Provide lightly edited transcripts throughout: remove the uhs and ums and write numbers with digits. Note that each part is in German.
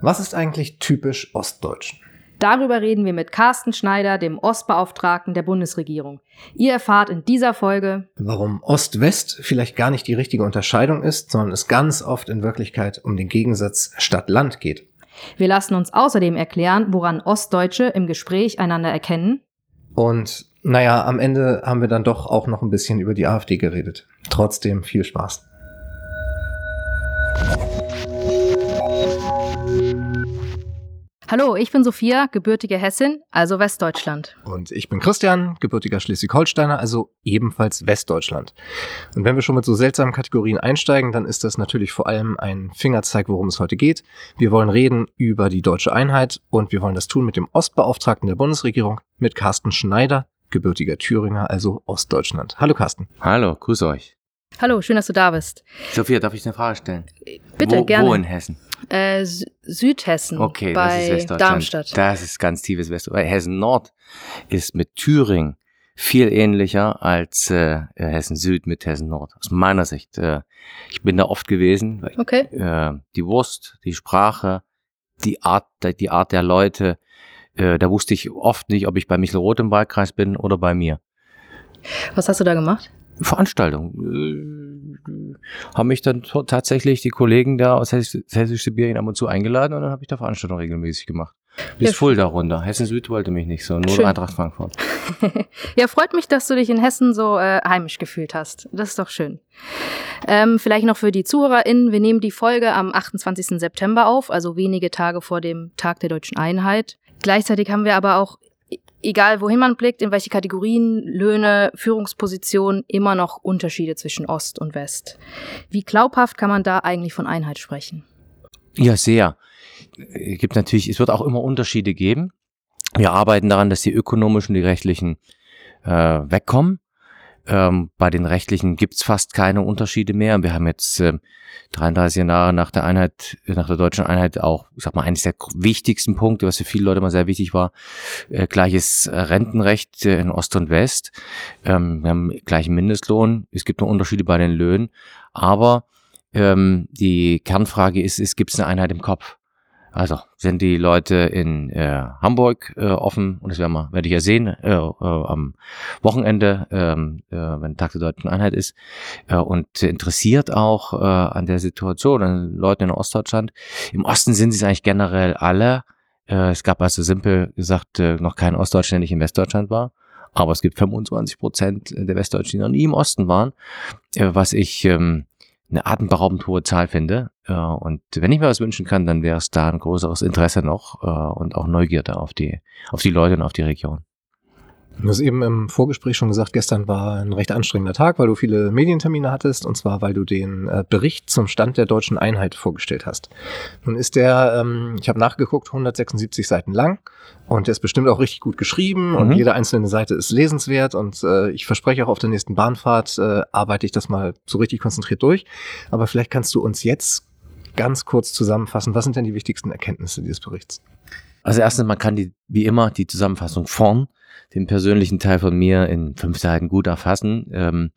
Was ist eigentlich typisch ostdeutsch? Darüber reden wir mit Carsten Schneider, dem Ostbeauftragten der Bundesregierung. Ihr erfahrt in dieser Folge, warum Ost-West vielleicht gar nicht die richtige Unterscheidung ist, sondern es ganz oft in Wirklichkeit um den Gegensatz Stadt-Land geht. Wir lassen uns außerdem erklären, woran Ostdeutsche im Gespräch einander erkennen. Und am Ende haben wir dann doch auch noch ein bisschen über die AfD geredet. Trotzdem viel Spaß. Hallo, ich bin Sophia, gebürtige Hessin, also Westdeutschland. Und ich bin Christian, gebürtiger Schleswig-Holsteiner, also ebenfalls Westdeutschland. Und wenn wir schon mit so seltsamen Kategorien einsteigen, dann ist das natürlich vor allem ein Fingerzeig, worum es heute geht. Wir wollen reden über die deutsche Einheit und wir wollen das tun mit dem Ostbeauftragten der Bundesregierung, mit Carsten Schneider, gebürtiger Thüringer, also Ostdeutschland. Hallo Carsten. Hallo, grüß euch. Hallo, schön, dass du da bist. Sophia, darf ich eine Frage stellen? Bitte, gerne. Wo in Hessen? Südhessen, okay, bei das ist Westdeutschland. Darmstadt. Das ist ganz tiefes Westdeutschland. Hessen-Nord ist mit Thüringen viel ähnlicher als Hessen-Süd mit Hessen-Nord, aus meiner Sicht. Ich bin da oft gewesen. Okay. Die Wurst, die Sprache, die Art der Leute, da wusste ich oft nicht, ob ich bei Michelroth im Wahlkreis bin oder bei mir. Was hast du da gemacht? Veranstaltung. Haben mich dann tatsächlich die Kollegen da aus Hessisch-Sibirien ab und zu eingeladen und dann habe ich da Veranstaltungen regelmäßig gemacht. Bis Fulda runter. Hessen-Süd wollte mich nicht so, nur schön. Eintracht Frankfurt. Ja, freut mich, dass du dich in Hessen so heimisch gefühlt hast. Das ist doch schön. Vielleicht noch für die ZuhörerInnen, wir nehmen die Folge am 28. September auf, also wenige Tage vor dem Tag der Deutschen Einheit. Gleichzeitig haben wir aber auch, egal wohin man blickt, in welche Kategorien, Löhne, Führungspositionen, immer noch Unterschiede zwischen Ost und West. Wie glaubhaft kann man da eigentlich von Einheit sprechen? Ja, sehr. Es wird auch immer Unterschiede geben. Wir arbeiten daran, dass die ökonomischen und die rechtlichen wegkommen. Bei den rechtlichen gibt's fast keine Unterschiede mehr. Wir haben jetzt 33 Jahre nach der Einheit, nach der deutschen Einheit auch, ich sag mal, eines der wichtigsten Punkte, was für viele Leute mal sehr wichtig war, gleiches Rentenrecht in Ost und West. Wir haben gleichen Mindestlohn. Es gibt noch Unterschiede bei den Löhnen, aber die Kernfrage ist, gibt es eine Einheit im Kopf? Also sind die Leute in Hamburg offen, und das werde ich ja sehen am Wochenende, wenn Tag der Deutschen Einheit ist, und interessiert auch an der Situation, an den Leuten in Ostdeutschland. Im Osten sind sie es eigentlich generell alle. Es gab also simpel gesagt noch keinen Ostdeutschen, der nicht in Westdeutschland war. Aber es gibt 25% der Westdeutschen, die noch nie im Osten waren, was ich eine atemberaubend hohe Zahl finde. Und wenn ich mir was wünschen kann, dann wäre es da ein größeres Interesse noch und auch Neugierde auf die Leute und auf die Region. Du hast eben im Vorgespräch schon gesagt, gestern war ein recht anstrengender Tag, weil du viele Medientermine hattest, und zwar, weil du den Bericht zum Stand der deutschen Einheit vorgestellt hast. Nun ist der, ich habe nachgeguckt, 176 Seiten lang, und der ist bestimmt auch richtig gut geschrieben und jede einzelne Seite ist lesenswert, und ich verspreche auch, auf der nächsten Bahnfahrt arbeite ich das mal so richtig konzentriert durch. Aber vielleicht kannst du uns jetzt ganz kurz zusammenfassen, was sind denn die wichtigsten Erkenntnisse dieses Berichts? Also erstens, man kann wie immer die Zusammenfassung vorn, den persönlichen Teil von mir, in 5 Seiten gut erfassen.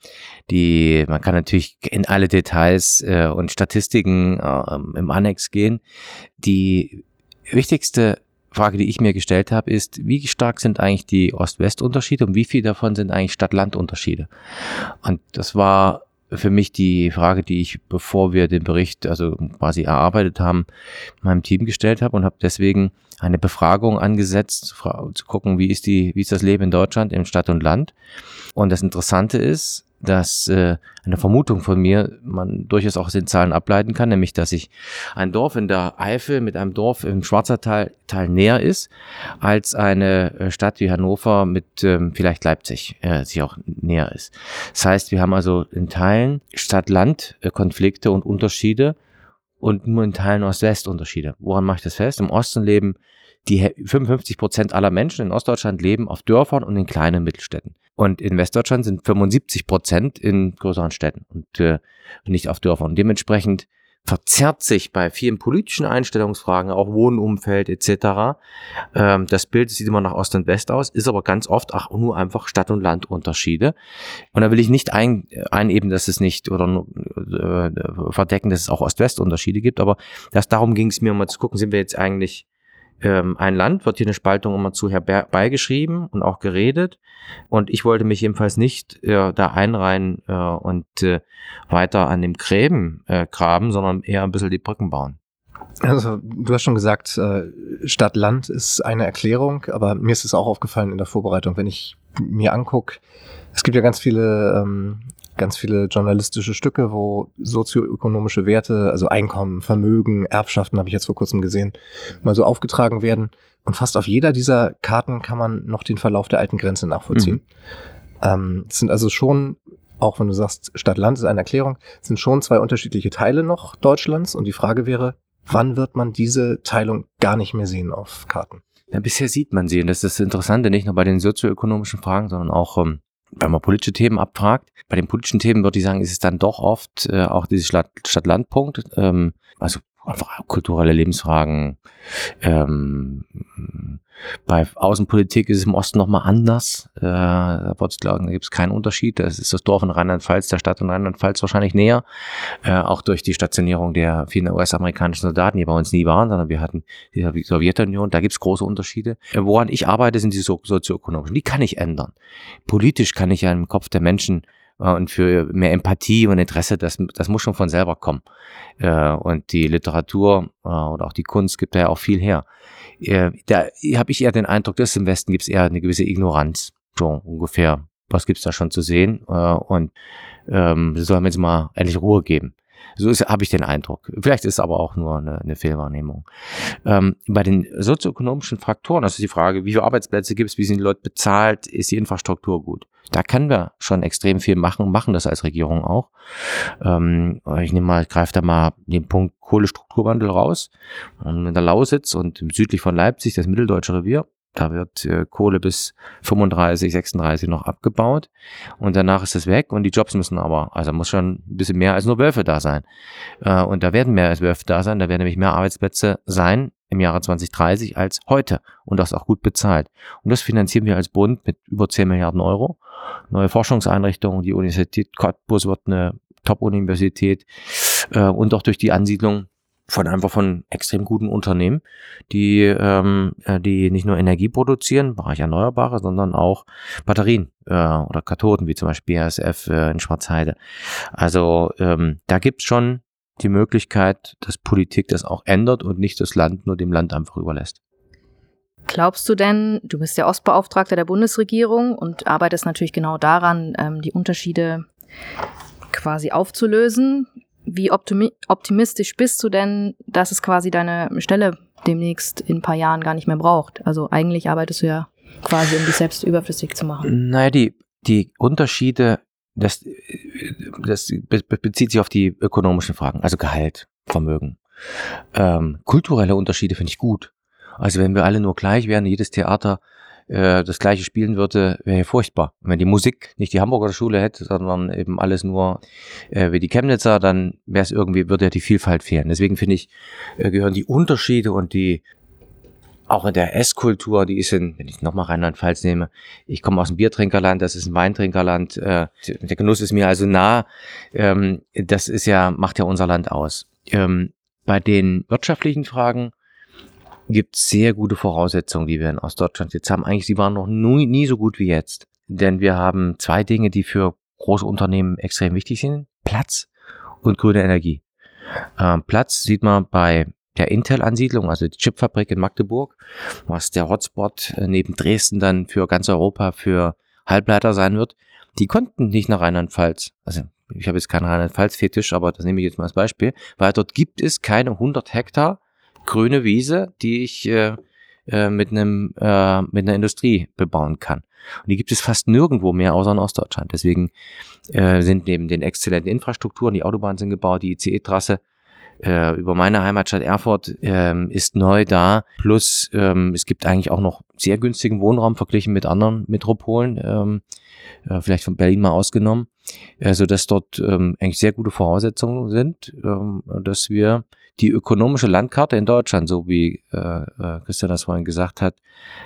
Man kann natürlich in alle Details und Statistiken im Annex gehen. Die wichtigste Frage, die ich mir gestellt habe, ist, wie stark sind eigentlich die Ost-West-Unterschiede und wie viel davon sind eigentlich Stadt-Land-Unterschiede? Und das war für mich die Frage, die ich, bevor wir den Bericht also quasi erarbeitet haben, meinem Team gestellt habe, und habe deswegen eine Befragung angesetzt, zu gucken, wie ist das Leben in Deutschland im Stadt und Land. Und das Interessante ist, dass eine Vermutung von mir man durchaus auch aus den Zahlen ableiten kann, nämlich dass sich ein Dorf in der Eifel mit einem Dorf im Schwarzwaldtal näher ist, als eine Stadt wie Hannover mit vielleicht Leipzig sich auch näher ist. Das heißt, wir haben also in Teilen Stadt-Land-Konflikte und Unterschiede und nur in Teilen Ost-West-Unterschiede. Woran mache ich das fest? Im Osten leben die 55% aller Menschen in Ostdeutschland leben auf Dörfern und in kleinen Mittelstädten. Und in Westdeutschland sind 75% in größeren Städten und nicht auf Dörfern. Und dementsprechend verzerrt sich bei vielen politischen Einstellungsfragen, auch Wohnumfeld etc. Das Bild sieht immer nach Ost und West aus, ist aber ganz oft auch nur einfach Stadt- und Landunterschiede. Und da will ich nicht eineben, dass es nicht oder verdecken, dass es auch Ost-West-Unterschiede gibt, aber darum ging es mir, mal zu gucken, sind wir jetzt eigentlich ein Land, wird hier eine Spaltung immer zu herbeigeschrieben und auch geredet, und ich wollte mich jedenfalls nicht da einreihen und weiter an dem Gräben graben, sondern eher ein bisschen die Brücken bauen. Also du hast schon gesagt, Stadt-Land ist eine Erklärung, aber mir ist es auch aufgefallen in der Vorbereitung, wenn ich mir angucke, es gibt ja ganz viele journalistische Stücke, wo sozioökonomische Werte, also Einkommen, Vermögen, Erbschaften, habe ich jetzt vor kurzem gesehen, mal so aufgetragen werden. Und fast auf jeder dieser Karten kann man noch den Verlauf der alten Grenze nachvollziehen. Es sind also schon, auch wenn du sagst, Stadt-Land ist eine Erklärung, es sind schon zwei unterschiedliche Teile noch Deutschlands. Und die Frage wäre, wann wird man diese Teilung gar nicht mehr sehen auf Karten? Ja, bisher sieht man sie, und das ist das Interessante, nicht nur bei den sozioökonomischen Fragen, sondern auch wenn man politische Themen abfragt. Bei den politischen Themen würde ich sagen, ist es dann doch oft auch dieses Stadt-Land-Punkt, also einfach kulturelle Lebensfragen. Bei Außenpolitik ist es im Osten nochmal anders. Da würde ich sagen, da gibt es keinen Unterschied. Das ist das Dorf in Rheinland-Pfalz, der Stadt in Rheinland-Pfalz wahrscheinlich näher. Auch durch die Stationierung der vielen US-amerikanischen Soldaten, die bei uns nie waren, sondern wir hatten die Sowjetunion. Da gibt es große Unterschiede. Woran ich arbeite, sind die sozioökonomischen. Die kann ich ändern. Politisch kann ich ja im Kopf der Menschen und für mehr Empathie und Interesse, das muss schon von selber kommen. Und die Literatur oder auch die Kunst gibt da ja auch viel her. Da habe ich eher den Eindruck, dass im Westen gibt es eher eine gewisse Ignoranz. So ungefähr, was gibt's da schon zu sehen? Und das soll mir jetzt mal endlich Ruhe geben. So habe ich den Eindruck. Vielleicht ist es aber auch nur eine Fehlwahrnehmung. Bei den sozioökonomischen Faktoren, also die Frage, wie viele Arbeitsplätze gibt es, wie sind die Leute bezahlt, ist die Infrastruktur gut? Da können wir schon extrem viel machen das als Regierung auch. Ich greife da mal den Punkt Kohlestrukturwandel raus. Und in der Lausitz und südlich von Leipzig, das Mitteldeutsche Revier, da wird Kohle bis 35, 36 noch abgebaut und danach ist es weg, und die Jobs müssen aber, also muss schon ein bisschen mehr als nur Wölfe da sein. Und da werden mehr als Wölfe da sein, da werden nämlich mehr Arbeitsplätze sein im Jahre 2030 als heute, und das auch gut bezahlt. Und das finanzieren wir als Bund mit über 10 Milliarden Euro. Neue Forschungseinrichtungen, die Universität Cottbus wird eine Top-Universität und auch durch die Ansiedlung von extrem guten Unternehmen, die nicht nur Energie produzieren, Bereich Erneuerbare, sondern auch Batterien oder Kathoden, wie zum Beispiel BASF in Schwarzheide. Also da gibt's schon die Möglichkeit, dass Politik das auch ändert und nicht das Land nur dem Land einfach überlässt. Glaubst du denn, du bist der Ostbeauftragter der Bundesregierung und arbeitest natürlich genau daran, die Unterschiede quasi aufzulösen. Wie optimistisch bist du denn, dass es quasi deine Stelle demnächst in ein paar Jahren gar nicht mehr braucht? Also eigentlich arbeitest du ja quasi, um dich selbst überflüssig zu machen. Naja, die Unterschiede, das bezieht sich auf die ökonomischen Fragen, also Gehalt, Vermögen. Kulturelle Unterschiede finde ich gut. Also wenn wir alle nur gleich wären, jedes Theater das Gleiche spielen würde, wäre ja furchtbar. Wenn die Musik nicht die Hamburger Schule hätte, sondern eben alles nur wie die Chemnitzer, dann würde ja die Vielfalt fehlen. Deswegen finde ich, gehören die Unterschiede und die auch in der Esskultur, die ist wenn ich nochmal Rheinland-Pfalz nehme, ich komme aus dem Biertrinkerland, das ist ein Weintrinkerland, der Genuss ist mir also nah, das macht ja unser Land aus. Bei den wirtschaftlichen Fragen gibt es sehr gute Voraussetzungen, die wir in Ostdeutschland jetzt haben. Eigentlich, die waren noch nie so gut wie jetzt. Denn wir haben zwei Dinge, die für große Unternehmen extrem wichtig sind. Platz und grüne Energie. Platz sieht man bei der Intel-Ansiedlung, also die Chipfabrik in Magdeburg, was der Hotspot neben Dresden dann für ganz Europa für Halbleiter sein wird. Die konnten nicht nach Rheinland-Pfalz. Also ich habe jetzt keinen Rheinland-Pfalz-Fetisch, aber das nehme ich jetzt mal als Beispiel, weil dort gibt es keine 100 Hektar grüne Wiese, die ich mit einer Industrie bebauen kann. Und die gibt es fast nirgendwo mehr, außer in Ostdeutschland. Deswegen sind neben den exzellenten Infrastrukturen, die Autobahnen sind gebaut, die ICE-Trasse über meine Heimatstadt Erfurt ist neu da. Plus es gibt eigentlich auch noch sehr günstigen Wohnraum verglichen mit anderen Metropolen, vielleicht von Berlin mal ausgenommen, sodass dort eigentlich sehr gute Voraussetzungen sind, dass wir die ökonomische Landkarte in Deutschland, so wie Christian das vorhin gesagt hat,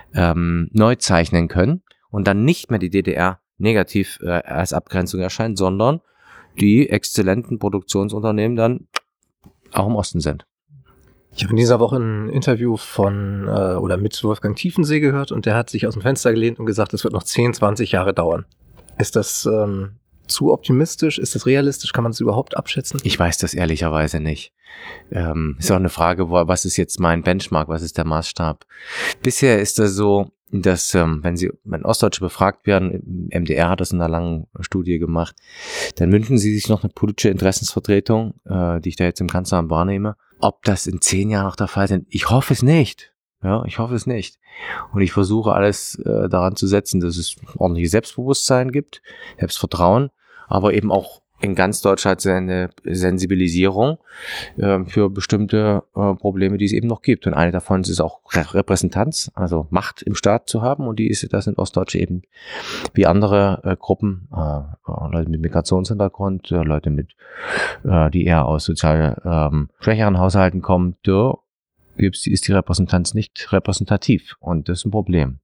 neu zeichnen können und dann nicht mehr die DDR negativ als Abgrenzung erscheint, sondern die exzellenten Produktionsunternehmen dann auch im Osten sind. Ich habe in dieser Woche ein Interview mit Wolfgang Tiefensee gehört und der hat sich aus dem Fenster gelehnt und gesagt, es wird noch 10, 20 Jahre dauern. Ist das zu optimistisch? Ist das realistisch? Kann man das überhaupt abschätzen? Ich weiß das ehrlicherweise nicht. Ist auch eine Frage, was ist jetzt mein Benchmark? Was ist der Maßstab? Bisher ist das so, dass wenn Ostdeutsche befragt werden, MDR hat das in einer langen Studie gemacht, dann wünschen sie sich noch eine politische Interessensvertretung, die ich da jetzt im Kanzleramt wahrnehme. Ob das in 10 Jahren noch der Fall ist, ich hoffe es nicht. Ja, ich hoffe es nicht. Und ich versuche alles daran zu setzen, dass es ordentliches Selbstbewusstsein gibt, Selbstvertrauen, aber eben auch in ganz Deutschland eine Sensibilisierung für bestimmte Probleme, die es eben noch gibt. Und eine davon ist auch Repräsentanz, also Macht im Staat zu haben. Und das sind Ostdeutsche eben wie andere Gruppen, Leute mit Migrationshintergrund, Leute die eher aus sozial schwächeren Haushalten kommen. Da ist die Repräsentanz nicht repräsentativ. Und das ist ein Problem.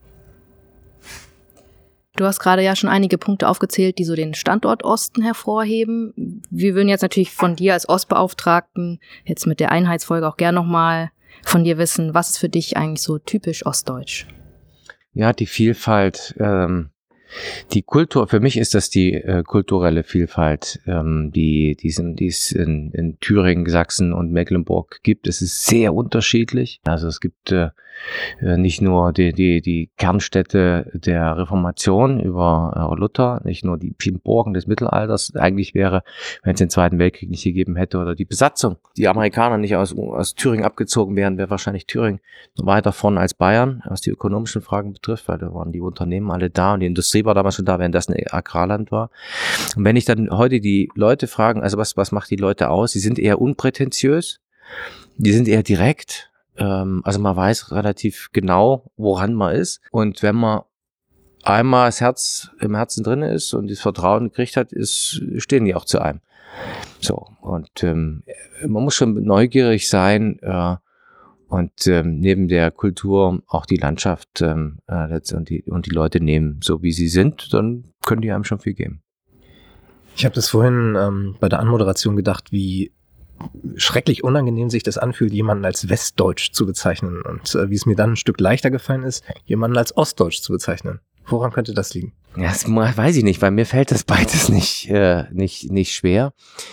Du hast gerade ja schon einige Punkte aufgezählt, die so den Standort Osten hervorheben. Wir würden jetzt natürlich von dir als Ostbeauftragten jetzt mit der Einheitsfolge auch gerne nochmal von dir wissen, was ist für dich eigentlich so typisch ostdeutsch? Ja, die Vielfalt, die Kultur, für mich ist das die kulturelle Vielfalt, die es in Thüringen, Sachsen und Mecklenburg gibt. Es ist sehr unterschiedlich. Also es gibt nicht nur die Kernstädte der Reformation über Luther, nicht nur die vielen Burgen des Mittelalters. Eigentlich wäre, wenn es den Zweiten Weltkrieg nicht gegeben hätte oder die Besatzung, die Amerikaner nicht aus Thüringen abgezogen wären, wäre wahrscheinlich Thüringen noch weiter vorn als Bayern, was die ökonomischen Fragen betrifft, weil da waren die Unternehmen alle da und die Industrie war damals schon da, während das ein Agrarland war. Und wenn ich dann heute die Leute fragen, also was macht die Leute aus? Sie sind eher unprätentiös, die sind eher direkt, also man weiß relativ genau, woran man ist. Und wenn man einmal das Herz im Herzen drin ist und das Vertrauen gekriegt hat, stehen die auch zu einem. So, und man muss schon neugierig sein und neben der Kultur auch die Landschaft und die Leute nehmen, so wie sie sind, dann können die einem schon viel geben. Ich habe das vorhin bei der Anmoderation gedacht, wie schrecklich unangenehm sich das anfühlt, jemanden als Westdeutsch zu bezeichnen und wie es mir dann ein Stück leichter gefallen ist, jemanden als Ostdeutsch zu bezeichnen. Woran könnte das liegen? Ja, das weiß ich nicht, weil mir fällt das beides nicht schwer.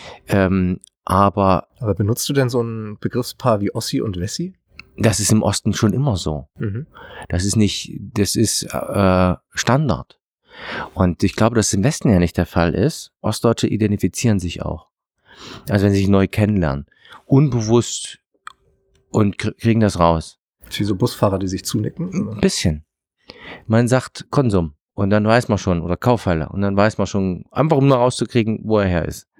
Aber benutzt du denn so ein Begriffspaar wie Ossi und Wessi? Das ist im Osten schon immer so. Mhm. Das ist Standard. Und ich glaube, dass es im Westen ja nicht der Fall ist. Ostdeutsche identifizieren sich auch. Also wenn sie sich neu kennenlernen. Unbewusst und kriegen das raus. Wie so Busfahrer, die sich zunicken? Ein bisschen. Man sagt Konsum und dann weiß man schon, oder Kaufhalle, und dann weiß man schon, einfach um nur rauszukriegen, wo er her ist.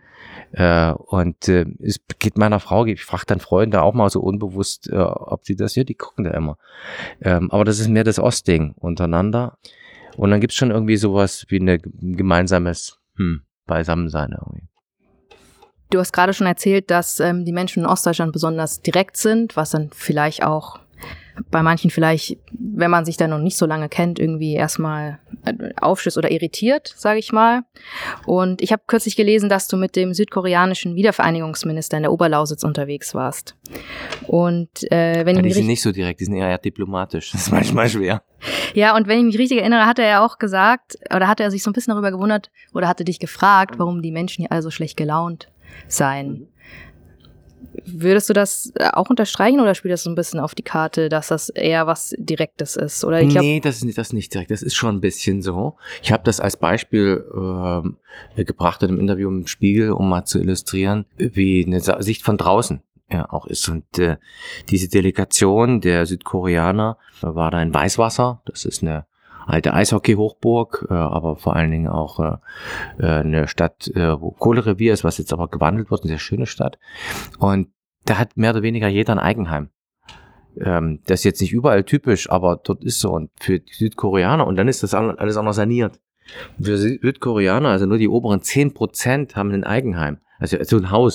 Es geht meiner Frau, ich frage dann Freunde auch mal so unbewusst, ob sie das, ja, die gucken da immer. Aber das ist mehr das Ostding untereinander. Und dann gibt's schon irgendwie sowas wie ein gemeinsames Beisammensein irgendwie. Du hast gerade schon erzählt, dass die Menschen in Ostdeutschland besonders direkt sind, was dann vielleicht auch bei manchen vielleicht, wenn man sich da noch nicht so lange kennt, irgendwie erstmal aufstößt oder irritiert, sage ich mal. Und ich habe kürzlich gelesen, dass du mit dem südkoreanischen Wiedervereinigungsminister in der Oberlausitz unterwegs warst. Und die sind nicht so direkt, die sind eher diplomatisch. Das ist manchmal schwer. Ja, und wenn ich mich richtig erinnere, hatte er auch gesagt, oder hatte er sich so ein bisschen darüber gewundert oder hatte dich gefragt, warum die Menschen hier alle so schlecht gelaunt seien. Würdest du das auch unterstreichen oder spielt das so ein bisschen auf die Karte, dass das eher was Direktes ist? Oder nee, das ist nicht direkt. Das ist schon ein bisschen so. Ich habe das als Beispiel gebracht in einem Interview im Spiegel, um mal zu illustrieren, wie eine Sicht von draußen auch ist. Und diese Delegation der Südkoreaner war da in Weißwasser. Das ist eine alte Eishockey-Hochburg, aber vor allen Dingen auch eine Stadt, wo Kohlerevier ist, was jetzt aber gewandelt wird, eine sehr schöne Stadt. Und da hat mehr oder weniger jeder ein Eigenheim. Das ist jetzt nicht überall typisch, aber dort ist so. Und für die Südkoreaner, und dann ist das alles auch noch saniert. Und für Südkoreaner, also nur die oberen 10% haben ein Eigenheim, also ein Haus.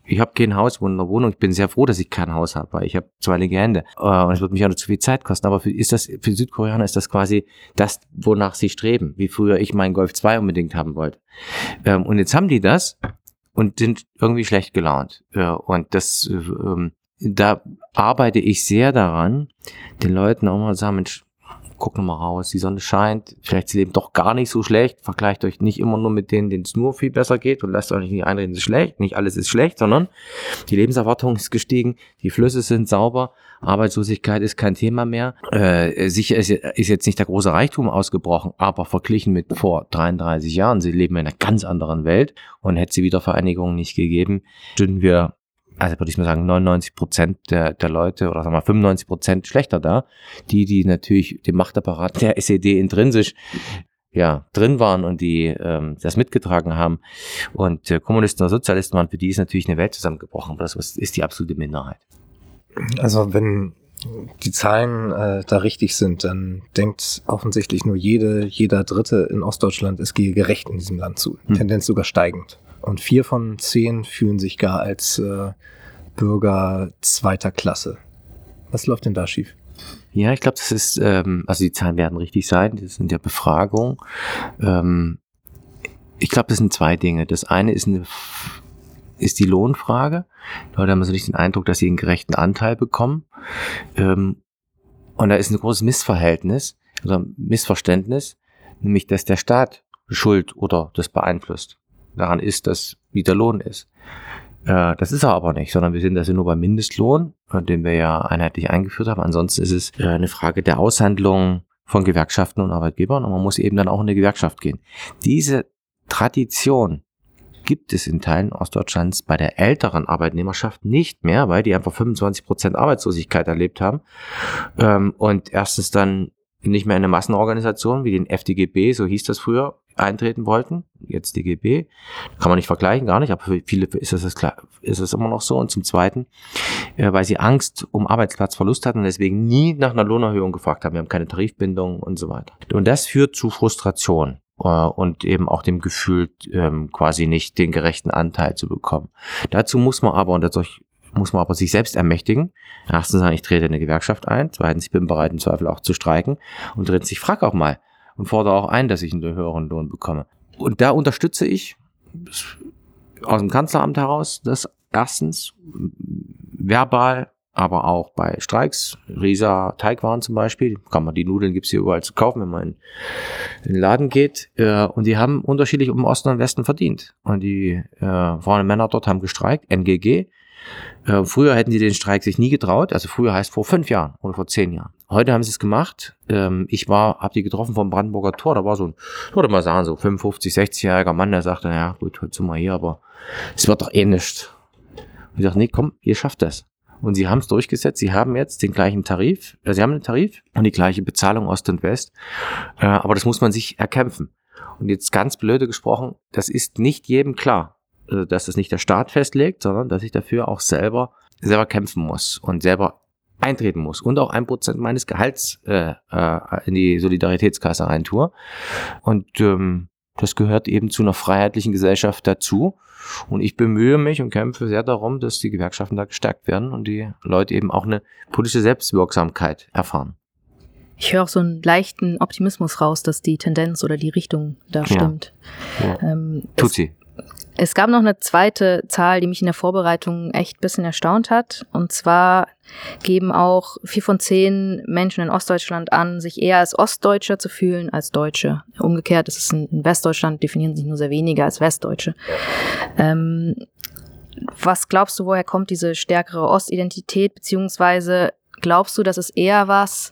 Ich habe kein Haus, wohne in einer Wohnung. Ich bin sehr froh, dass ich kein Haus habe, weil ich habe 2 linke Hände. Und es wird mich auch noch zu viel Zeit kosten. Aber für Südkoreaner ist das quasi das, wonach sie streben. Wie früher ich meinen Golf 2 unbedingt haben wollte. Und jetzt haben die das und sind irgendwie schlecht gelaunt. Und das, da arbeite ich sehr daran, den Leuten auch mal zu sagen, Mensch, guck noch mal raus, die Sonne scheint, vielleicht ist das Leben doch gar nicht so schlecht, vergleicht euch nicht immer nur mit denen es nur viel besser geht und lasst euch nicht einreden, es ist schlecht, nicht alles ist schlecht, sondern die Lebenserwartung ist gestiegen, die Flüsse sind sauber, Arbeitslosigkeit ist kein Thema mehr, sicher ist jetzt nicht der große Reichtum ausgebrochen, aber verglichen mit vor 33 Jahren, sie leben in einer ganz anderen Welt und hätte es die Wiedervereinigung nicht gegeben, stünden wir, also würde ich mal sagen, 99% der Leute oder sagen wir 95% schlechter da, die natürlich dem Machtapparat der SED intrinsisch drin waren und die das mitgetragen haben. Und Kommunisten oder Sozialisten waren, für die ist natürlich eine Welt zusammengebrochen, aber das ist die absolute Minderheit. Also wenn die Zahlen da richtig sind, dann denkt offensichtlich nur jeder Dritte in Ostdeutschland, es gehe gerecht in diesem Land zu. Tendenz sogar steigend. Und 4 von 10 fühlen sich gar als Bürger zweiter Klasse. Was läuft denn da schief? Ja, ich glaube, das ist, also die Zahlen werden richtig sein, das sind ja Befragungen. Ich glaube, das sind 2 Dinge. Das eine ist die Lohnfrage. Die Leute haben also nicht den Eindruck, dass sie einen gerechten Anteil bekommen. Und da ist ein großes Missverhältnis, oder Missverständnis, nämlich, dass der Staat schuld oder das beeinflusst daran ist, dass wie der Lohn ist. Das ist er aber nicht, sondern wir sind also nur beim Mindestlohn, den wir ja einheitlich eingeführt haben. Ansonsten ist es eine Frage der Aushandlung von Gewerkschaften und Arbeitgebern und man muss eben dann auch in eine Gewerkschaft gehen. Diese Tradition gibt es in Teilen Ostdeutschlands bei der älteren Arbeitnehmerschaft nicht mehr, weil die einfach 25% Arbeitslosigkeit erlebt haben und erstens dann nicht mehr in eine Massenorganisation wie den FDGB, so hieß das früher, eintreten wollten, jetzt DGB, kann man nicht vergleichen, gar nicht, aber für viele ist es immer noch so. Und zum Zweiten, weil sie Angst um Arbeitsplatzverlust hatten und deswegen nie nach einer Lohnerhöhung gefragt haben, wir haben keine Tarifbindung und so weiter. Und das führt zu Frustration und eben auch dem Gefühl, quasi nicht den gerechten Anteil zu bekommen. Dazu muss man aber, sich selbst ermächtigen. Erstens sagen, ich trete in eine Gewerkschaft ein. Zweitens, ich bin bereit, im Zweifel auch zu streiken. Und drittens, ich frage auch mal und fordere auch ein, dass ich einen höheren Lohn bekomme. Und da unterstütze ich aus dem Kanzleramt heraus das erstens verbal, aber auch bei Streiks. Risa Teigwaren zum Beispiel, die Nudeln gibt's hier überall zu kaufen, wenn man in den Laden geht. Und die haben unterschiedlich im Osten und Westen verdient. Und die Frauen und Männer dort haben gestreikt, NGG. Früher hätten sie den Streik sich nie getraut, also früher heißt vor 5 Jahren oder vor 10 Jahren. Heute haben sie es gemacht. Ich habe die getroffen vom Brandenburger Tor, da war so ein, ich würde mal sagen, so 55, 60-jähriger Mann, der sagte, naja, gut, heute sind wir hier, aber es wird doch eh nichts. Und ich dachte, nee, komm, ihr schafft das. Und sie haben es durchgesetzt, sie haben jetzt den gleichen Tarif, sie haben einen Tarif und die gleiche Bezahlung Ost und West, aber das muss man sich erkämpfen. Und jetzt ganz blöde gesprochen, das ist nicht jedem klar, dass das nicht der Staat festlegt, sondern dass ich dafür auch selber kämpfen muss und selber eintreten muss und auch 1% meines Gehalts in die Solidaritätskasse reintue. Und das gehört eben zu einer freiheitlichen Gesellschaft dazu. Und ich bemühe mich und kämpfe sehr darum, dass die Gewerkschaften da gestärkt werden und die Leute eben auch eine politische Selbstwirksamkeit erfahren. Ich höre auch so einen leichten Optimismus raus, dass die Tendenz oder die Richtung da stimmt. Ja. Tut sie. Es gab noch eine zweite Zahl, die mich in der Vorbereitung echt ein bisschen erstaunt hat. Und zwar geben auch 4 von 10 Menschen in Ostdeutschland an, sich eher als Ostdeutscher zu fühlen als Deutsche. Umgekehrt ist es in Westdeutschland, definieren sich nur sehr wenige als Westdeutsche. Was glaubst du, woher kommt diese stärkere Ostidentität? Beziehungsweise glaubst du, dass es eher was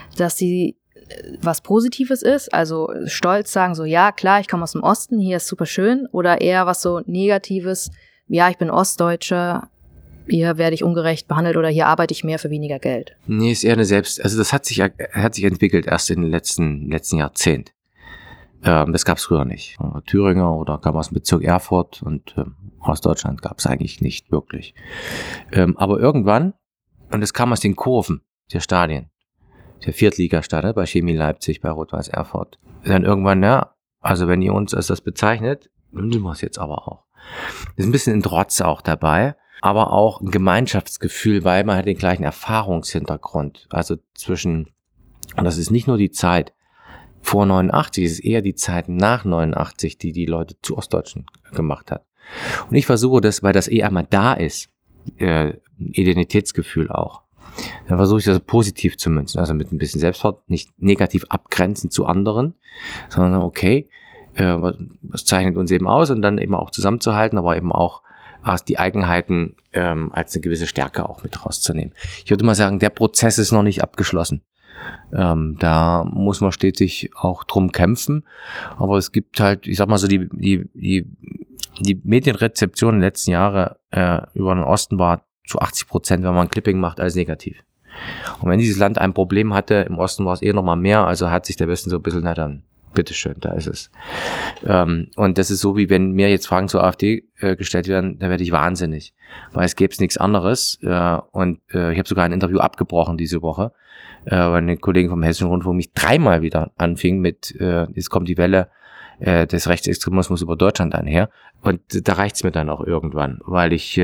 Positives ist, also stolz sagen, so ja, klar, ich komme aus dem Osten, hier ist super schön, oder eher was so Negatives, ja, ich bin Ostdeutscher, hier werde ich ungerecht behandelt oder hier arbeite ich mehr für weniger Geld? Nee, ist eher also das hat sich entwickelt erst in den letzten Jahrzehnt. Das gab es früher nicht. Thüringer oder kam aus dem Bezirk Erfurt und Ostdeutschland gab es eigentlich nicht wirklich. Aber irgendwann, und es kam aus den Kurven der Stadien, der Viertligastadt, bei Chemie Leipzig, bei Rot-Weiß Erfurt. Dann irgendwann, also wenn ihr uns als das bezeichnet, dann tun wir es jetzt aber auch. Das ist ein bisschen ein Trotz auch dabei. aber auch ein Gemeinschaftsgefühl, weil man hat den gleichen Erfahrungshintergrund. Also und das ist nicht nur die Zeit vor 89, es ist eher die Zeit nach 89, die Leute zu Ostdeutschen gemacht hat. Und ich versuche das, weil das einmal da ist, Identitätsgefühl auch. Dann versuche ich das positiv zu münzen, also mit ein bisschen Selbstwert, nicht negativ abgrenzen zu anderen, sondern okay, was zeichnet uns eben aus und dann eben auch zusammenzuhalten, aber eben auch die Eigenheiten als eine gewisse Stärke auch mit rauszunehmen. Ich würde mal sagen, der Prozess ist noch nicht abgeschlossen. Da muss man stetig auch drum kämpfen, aber es gibt halt, ich sag mal so, die Medienrezeption in den letzten Jahren über den Osten war zu 80%, wenn man Clipping macht, als negativ. Und wenn dieses Land ein Problem hatte, im Osten war es eher noch mal mehr, also hat sich der Westen so ein bisschen, na dann, bitteschön, da ist es. Und das ist so, wie wenn mir jetzt Fragen zur AfD gestellt werden, da werde ich wahnsinnig, weil es gäbe nichts anderes. Ich habe sogar ein Interview abgebrochen diese Woche, weil eine Kollegin vom Hessischen Rundfunk mich 3-mal wieder anfing mit, jetzt kommt die Welle des Rechtsextremismus über Deutschland einher. Und da reicht's mir dann auch irgendwann, weil ich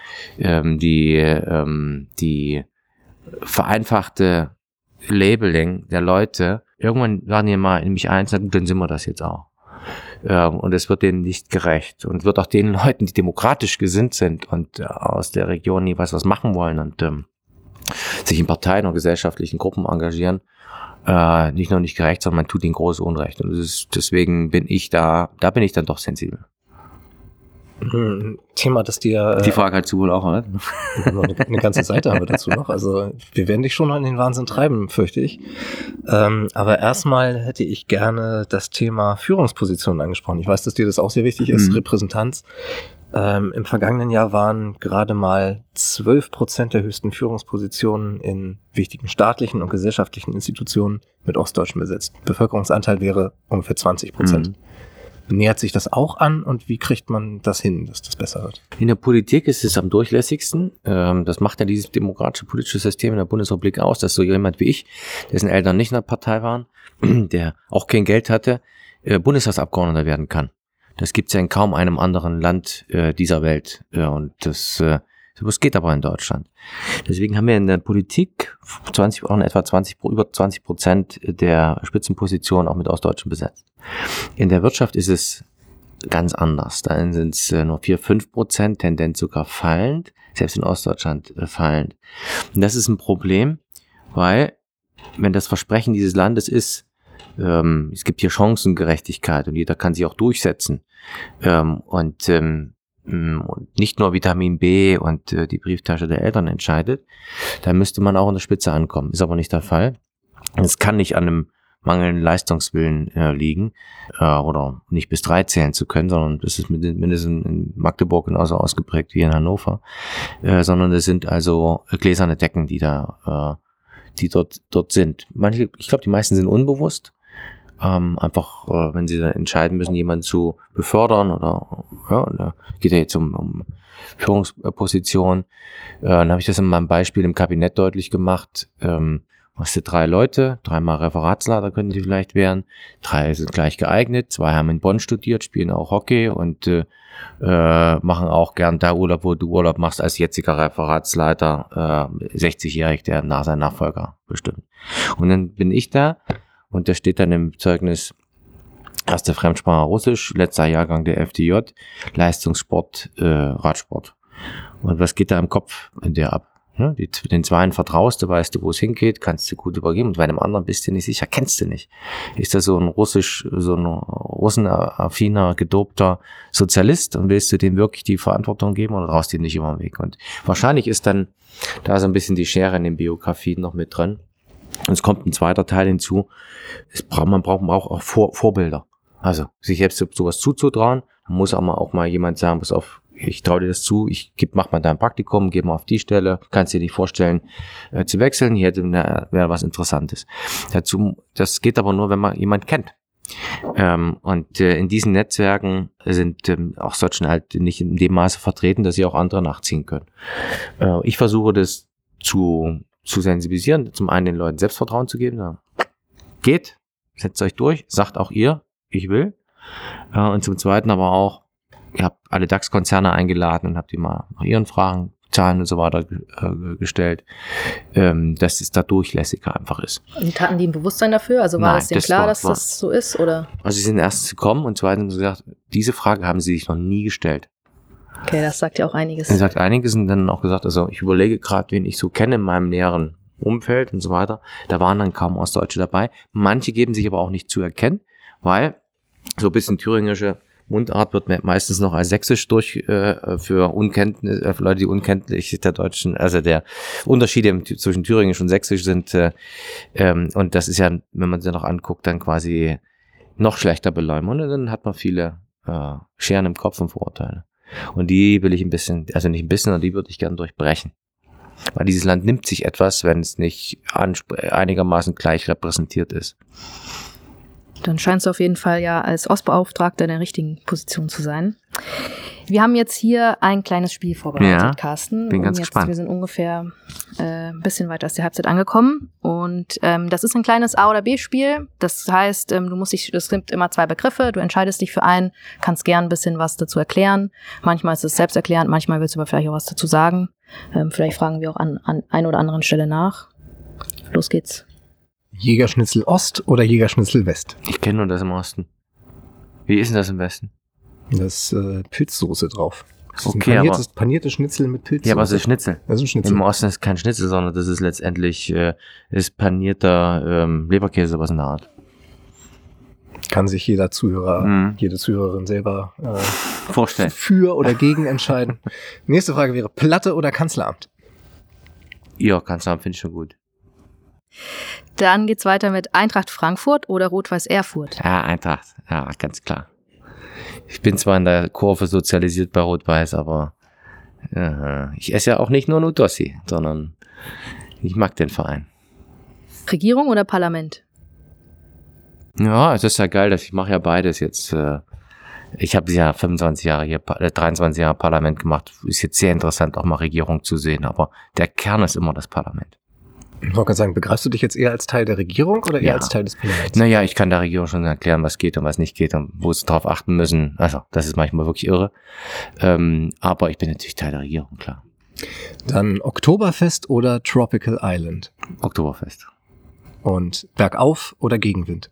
die vereinfachte Labeling der Leute, irgendwann waren die mal in mich eins, dann sind wir das jetzt auch. Und es wird denen nicht gerecht und wird auch den Leuten, die demokratisch gesinnt sind und aus der Region nie was machen wollen und sich in Parteien und gesellschaftlichen Gruppen engagieren, nicht nur nicht gerecht, sondern man tut ihnen großes Unrecht. Und deswegen bin ich da bin ich dann doch sensibel. Thema, das dir... Die Frage halt wohl auch, oder? Eine ganze Seite haben wir dazu noch. Also wir werden dich schon an den Wahnsinn treiben, fürchte ich. Aber erstmal hätte ich gerne das Thema Führungspositionen angesprochen. Ich weiß, dass dir das auch sehr wichtig ist, Repräsentanz. Im vergangenen Jahr waren gerade mal 12% der höchsten Führungspositionen in wichtigen staatlichen und gesellschaftlichen Institutionen mit Ostdeutschen besetzt. Bevölkerungsanteil wäre ungefähr 20%. Nähert sich das auch an und wie kriegt man das hin, dass das besser wird? In der Politik ist es am durchlässigsten. Das macht ja dieses demokratische politische System in der Bundesrepublik aus, dass so jemand wie ich, dessen Eltern nicht in der Partei waren, der auch kein Geld hatte, Bundestagsabgeordneter werden kann. Das gibt's ja in kaum einem anderen Land dieser Welt. Und das geht aber in Deutschland. Deswegen haben wir in der Politik über 20% der Spitzenpositionen auch mit Ostdeutschen besetzt. In der Wirtschaft ist es ganz anders. Da sind es nur 4-5%, Tendenz sogar fallend, selbst in Ostdeutschland fallend. Und das ist ein Problem, weil wenn das Versprechen dieses Landes ist, es gibt hier Chancengerechtigkeit und jeder kann sich auch durchsetzen und nicht nur Vitamin B und die Brieftasche der Eltern entscheidet, dann müsste man auch an der Spitze ankommen. Ist aber nicht der Fall. Es kann nicht an einem mangelnden Leistungswillen liegen oder nicht bis 3 zählen zu können, sondern das ist mindestens in Magdeburg genauso ausgeprägt wie in Hannover, sondern es sind also gläserne Decken, die dort sind. Ich glaube, die meisten sind unbewusst. Einfach, wenn sie dann entscheiden müssen, jemanden zu befördern oder geht ja jetzt um Führungsposition, dann habe ich das in meinem Beispiel im Kabinett deutlich gemacht. Hast du 3 Leute, 3-mal Referatsleiter könnten die vielleicht werden, 3 sind gleich geeignet, 2 haben in Bonn studiert, spielen auch Hockey und machen auch gern da Urlaub, wo du Urlaub machst als jetziger Referatsleiter, 60-jährig, der nach seinem Nachfolger bestimmt. Und dann bin ich da. Und da steht dann im Zeugnis, erste Fremdsprache Russisch, letzter Jahrgang der FDJ, Leistungssport, Radsport. Und was geht da im Kopf in der ab? Ja, den 2 vertraust du, weißt du, wo es hingeht, kannst du gut übergeben. Und bei dem anderen bist du nicht sicher, kennst du nicht. Ist das so ein russenaffiner, gedobter Sozialist und willst du dem wirklich die Verantwortung geben oder traust du ihm nicht über den Weg? Und wahrscheinlich ist dann da so ein bisschen die Schere in den Biografien noch mit drin. Und es kommt ein zweiter Teil hinzu, man braucht auch Vorbilder. Also sich selbst sowas zuzutrauen, muss auch mal jemand sagen, pass auf, ich traue dir das zu, mach mal dein Praktikum, geh mal auf die Stelle, kannst dir nicht vorstellen zu wechseln, hier wäre was Interessantes. Das geht aber nur, wenn man jemand kennt. Und in diesen Netzwerken sind auch solchen halt nicht in dem Maße vertreten, dass sie auch andere nachziehen können. Ich versuche das zu sensibilisieren, zum einen den Leuten Selbstvertrauen zu geben, sagen, setzt euch durch, sagt auch ihr, ich will, und zum zweiten aber auch habe alle DAX-Konzerne eingeladen und habe die mal nach ihren Fragen, Zahlen und so weiter gestellt, dass es da durchlässiger einfach ist. Und hatten die ein Bewusstsein dafür? Also war es denen klar, dass das so ist? Oder? Also sie sind erst gekommen und zweitens gesagt, diese Frage haben sie sich noch nie gestellt. Okay, das sagt ja auch einiges. Er sagt einiges und dann auch gesagt, also ich überlege gerade, wen ich so kenne in meinem näheren Umfeld und so weiter. Da waren dann kaum Ostdeutsche dabei. Manche geben sich aber auch nicht zu erkennen, weil so ein bisschen thüringische Mundart wird meistens noch als sächsisch für Unkenntnis, für Leute, die unkenntlich der Deutschen, also der Unterschiede zwischen Thüringisch und Sächsisch sind, und das ist ja, wenn man sich noch anguckt, dann quasi noch schlechter beleumden und dann hat man viele Scheren im Kopf und Vorurteile. Und die will ich ein bisschen, also nicht ein bisschen, sondern die würde ich gerne durchbrechen. Weil dieses Land nimmt sich etwas, wenn es nicht einigermaßen gleich repräsentiert ist. Dann scheinst du auf jeden Fall ja als Ostbeauftragter in der richtigen Position zu sein. Wir haben jetzt hier ein kleines Spiel vorbereitet, Carsten. Bin ganz gespannt. Wir sind ungefähr ein bisschen weiter aus der Halbzeit angekommen. Und das ist ein kleines A- oder B-Spiel. Das heißt, es gibt immer 2 Begriffe. Du entscheidest dich für einen, kannst gern ein bisschen was dazu erklären. Manchmal ist es selbsterklärend, manchmal willst du aber vielleicht auch was dazu sagen. Vielleicht fragen wir auch an einer oder anderen Stelle nach. Los geht's. Jägerschnitzel Ost oder Jägerschnitzel West? Ich kenne nur das im Osten. Wie ist denn das im Westen? Das ist Pilzsoße drauf. Das Okay, ist paniertes Schnitzel mit Pilzsoße. Ja, aber es ist Schnitzel. Das ist ein Schnitzel. Im Osten ist kein Schnitzel, sondern das ist letztendlich ist panierter Leberkäse, was in der Art. Kann sich jeder Zuhörer, jede Zuhörerin selber vorstellen. Für oder gegen entscheiden. Nächste Frage wäre Platte oder Kanzleramt? Ja, Kanzleramt finde ich schon gut. Dann geht's weiter mit Eintracht Frankfurt oder Rot-Weiß Erfurt. Ja, Eintracht. Ja, ganz klar. Ich bin zwar in der Kurve sozialisiert bei Rot-Weiß, aber ich esse ja auch nicht nur Nudossi, sondern ich mag den Verein. Regierung oder Parlament? Ja, es ist ja geil, ich mache ja beides jetzt. Ich habe ja 23 Jahre hier, 23 Jahre Parlament gemacht. Ist jetzt sehr interessant, auch mal Regierung zu sehen, aber der Kern ist immer das Parlament. Ich wollte gerade sagen, begreifst du dich jetzt eher als Teil der Regierung oder eher als Teil des Parlaments? Naja, ich kann der Regierung schon erklären, was geht und was nicht geht und wo sie drauf achten müssen. Also, das ist manchmal wirklich irre. Aber ich bin natürlich Teil der Regierung, klar. Dann Oktoberfest oder Tropical Island? Oktoberfest. Und Bergauf oder Gegenwind?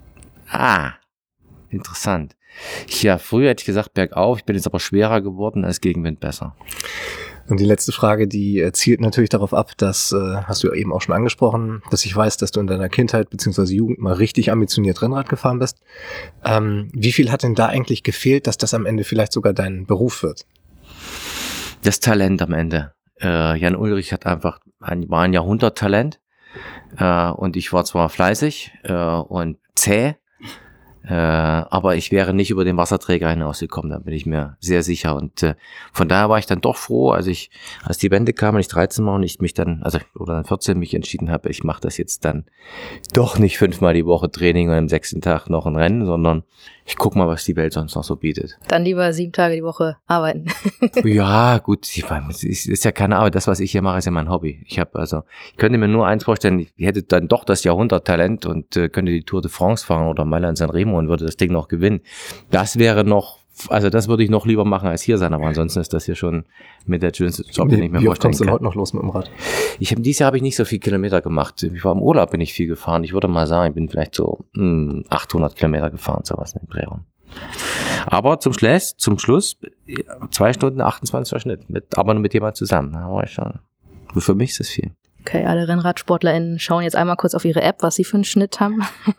Interessant. Ja, früher hätte ich gesagt Bergauf, ich bin jetzt aber schwerer geworden, als Gegenwind besser. Und die letzte Frage, die zielt natürlich darauf ab, das hast du ja eben auch schon angesprochen, dass ich weiß, dass du in deiner Kindheit bzw. Jugend mal richtig ambitioniert Rennrad gefahren bist. Wie viel hat denn da eigentlich gefehlt, dass das am Ende vielleicht sogar dein Beruf wird? Das Talent am Ende. Jan Ullrich war ein Jahrhunderttalent und ich war zwar fleißig und zäh, aber ich wäre nicht über den Wasserträger hinausgekommen, da bin ich mir sehr sicher. Und von daher war ich dann doch froh, als die Wende kam und ich 13 war und ich mich dann, oder dann 14 mich entschieden habe, ich mache das jetzt dann doch nicht 5-mal die Woche Training und am 6. Tag noch ein Rennen, sondern ich guck mal, was die Welt sonst noch so bietet. Dann lieber 7 Tage die Woche arbeiten. Ja, gut, es ist ja keine Arbeit. Das, was ich hier mache, ist ja mein Hobby. Ich könnte mir nur eins vorstellen, ich hätte dann doch das Jahrhunderttalent und könnte die Tour de France fahren oder Mailand San Remo und würde das Ding noch gewinnen. Das wäre noch, das würde ich noch lieber machen als hier sein, aber ansonsten ist das hier schon mit der schönste Job, den ich mir vorstellen kann. Wie oft kommst du heute noch los mit dem Rad? Dieses Jahr habe ich nicht so viel Kilometer gemacht. Ich war im Urlaub, bin ich viel gefahren. Ich würde mal sagen, ich bin vielleicht so 800 Kilometer gefahren, sowas in den Dreh rum. Aber zum Schluss 2 Stunden 28er Schnitt, aber nur mit jemand zusammen. Da war ich schon. Für mich ist das viel. Okay, alle RennradsportlerInnen schauen jetzt einmal kurz auf ihre App, was sie für einen Schnitt haben.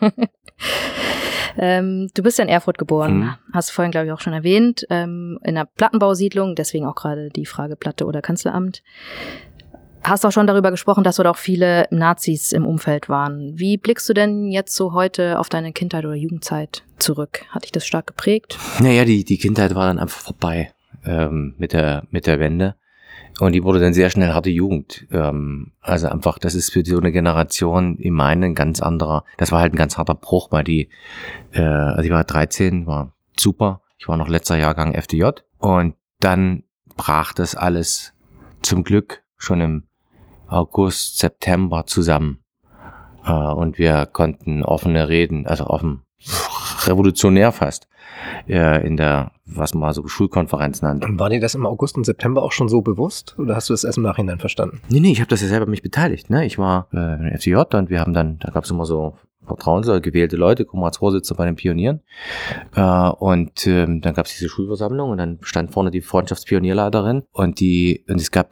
Du bist ja in Erfurt geboren, hast du vorhin, glaube ich, auch schon erwähnt, in einer Plattenbausiedlung, deswegen auch gerade die Frage Platte oder Kanzleramt. Hast auch schon darüber gesprochen, dass dort auch viele Nazis im Umfeld waren. Wie blickst du denn jetzt so heute auf deine Kindheit oder Jugendzeit zurück? Hat dich das stark geprägt? Naja, die Kindheit war dann einfach vorbei mit der Wende. Und die wurde dann sehr schnell harte Jugend. Also einfach, das ist für so eine Generation in meinen ein ganz anderer, das war halt ein ganz harter Bruch, weil ich war 13, war super. Ich war noch letzter Jahrgang FDJ. Und dann brach das alles zum Glück schon im August, September zusammen. Und wir konnten offen revolutionär fast, in der, was man so Schulkonferenz nannte. Und war dir das im August und September auch schon so bewusst oder hast du das erst im Nachhinein verstanden? Nee, ich habe das ja selber mich beteiligt. Ne? Ich war im FCJ und wir haben dann, da gab es immer so gewählte Leute, guck mal als Vorsitzender bei den Pionieren. Und dann gab es diese Schulversammlung und dann stand vorne die Freundschaftspionierleiterin und es gab